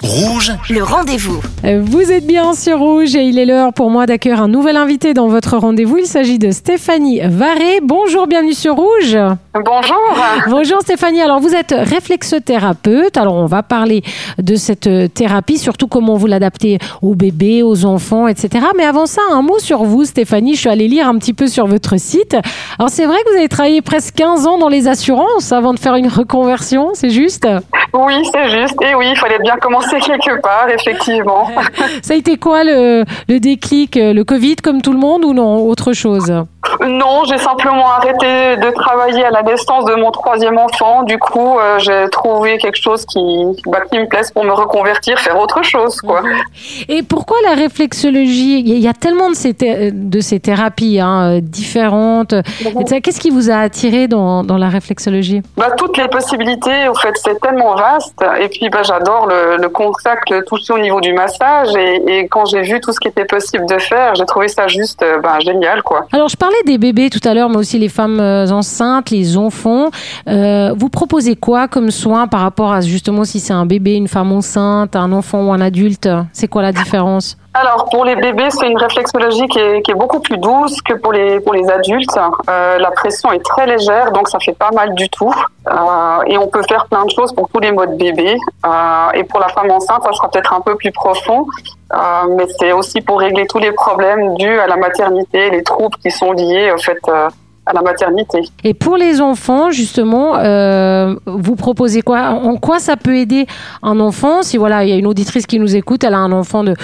Rouge, le rendez-vous. Vous êtes bien sur Rouge et il est l'heure pour moi d'accueillir un nouvel invité dans votre rendez-vous. Il s'agit de Stéphanie Varé. Bonjour, bienvenue sur Rouge. Bonjour. Bonjour Stéphanie. Alors vous êtes réflexothérapeute. Alors on va parler de cette thérapie, surtout comment vous l'adaptez aux bébés, aux enfants, etc. Mais avant ça, un mot sur vous Stéphanie. Je suis allée lire un petit peu sur votre site. Alors c'est vrai que vous avez travaillé presque 15 ans dans les assurances avant de faire une reconversion, c'est juste ? Oui, c'est juste. Et oui, il fallait bien commencer quelque part, effectivement. Ça a été quoi le déclic ? Le Covid comme tout le monde ou non ? Autre chose ? Non, j'ai simplement arrêté de travailler à la naissance de mon troisième enfant. Du coup, j'ai trouvé quelque chose qui me plaise pour me reconvertir, faire autre chose, quoi. Et pourquoi la réflexologie ? Il y a tellement de ces thérapies différentes. Qu'est-ce qui vous a attiré dans la réflexologie ? Toutes les possibilités, au fait, c'est tellement vaste. Et puis, j'adore le contact, le toucher au niveau du massage. Et quand j'ai vu tout ce qui était possible de faire, j'ai trouvé ça juste génial, quoi. Alors, je parlais des bébés tout à l'heure, mais aussi les femmes enceintes, les enfants. Vous proposez quoi comme soin par rapport à justement si c'est un bébé, une femme enceinte, un enfant ou un adulte ? C'est quoi la différence ? Alors, pour les bébés, c'est une réflexologie qui est beaucoup plus douce que pour les adultes. La pression est très légère, donc ça fait pas mal du tout. Et on peut faire plein de choses pour tous les modes bébés. Et pour la femme enceinte, ça sera peut-être un peu plus profond. Mais c'est aussi pour régler tous les problèmes dus à la maternité, les troubles qui sont liés, au fait, à la maternité. Et pour les enfants, justement, vous proposez quoi ? En quoi ça peut aider un enfant ? Si voilà, il y a une auditrice qui nous écoute, elle a un enfant de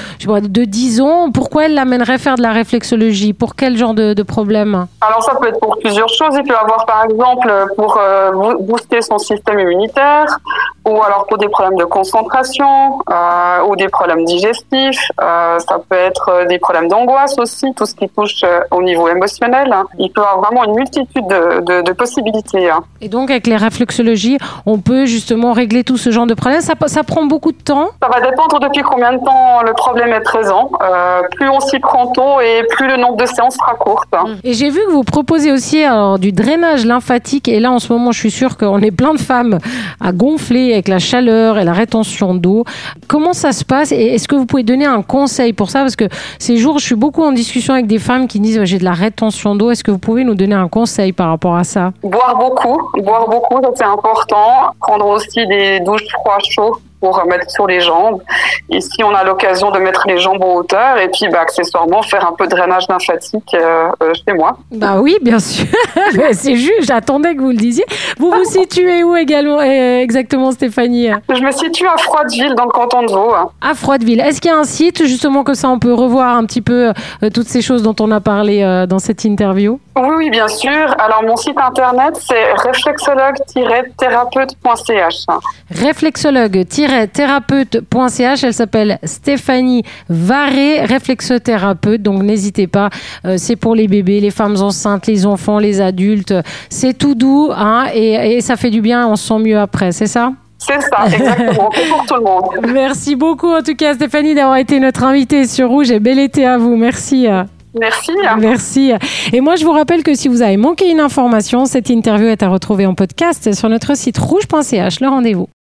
10 ans, pourquoi elle l'amènerait faire de la réflexologie ? Pour quel genre de problème ? Alors ça peut être pour plusieurs choses. Il peut avoir par exemple pour booster son système immunitaire, ou alors pour des problèmes de concentration, ou des problèmes digestifs. Ça peut être des problèmes d'angoisse aussi, tout ce qui touche au niveau émotionnel. Il peut y avoir vraiment une multitude de possibilités. Et donc, avec les réflexologies, on peut justement régler tout ce genre de problèmes. Ça prend beaucoup de temps ? Ça va dépendre depuis combien de temps le problème est présent. Plus on s'y prend tôt et plus le nombre de séances sera courte. Et j'ai vu que vous proposez aussi du drainage lymphatique. Et là, en ce moment, je suis sûre qu'on est plein de femmes à gonfler avec la chaleur et la rétention d'eau. Comment ça se passe ? Et est-ce que vous pouvez donner un conseil pour ça ? Parce que ces jours, je suis beaucoup en discussion avec des femmes qui disent j'ai de la rétention d'eau. Est-ce que vous pouvez nous donner un conseil par rapport à ça ? Boire beaucoup, ça c'est important. Prendre aussi des douches froides chauds pour mettre sur les jambes. Et si on a l'occasion de mettre les jambes en hauteur, et puis accessoirement faire un peu de drainage lymphatique chez moi. Oui, bien sûr. C'est juste, j'attendais que vous le disiez. Vous vous situez où également, exactement, Stéphanie ? Je me situe à Froideville, dans le canton de Vaud. À Froideville. Est-ce qu'il y a un site, justement, que ça, on peut revoir un petit peu toutes ces choses dont on a parlé dans cette interview ? Oui, bien sûr. Alors, mon site internet, c'est réflexologue-thérapeute.ch. Réflexologue-thérapeute.ch. Elle s'appelle Stéphanie Varé, réflexothérapeute. Donc, n'hésitez pas. C'est pour les bébés, les femmes enceintes, les enfants, les adultes. C'est tout doux, et ça fait du bien. On se sent mieux après. C'est ça ? C'est ça, exactement. C'est pour tout le monde. Merci beaucoup, en tout cas, Stéphanie, d'avoir été notre invitée sur Rouge. Et bel été à vous. Merci. Merci. Merci. Et moi, je vous rappelle que si vous avez manqué une information, cette interview est à retrouver en podcast sur notre site rouge.ch. Le rendez-vous.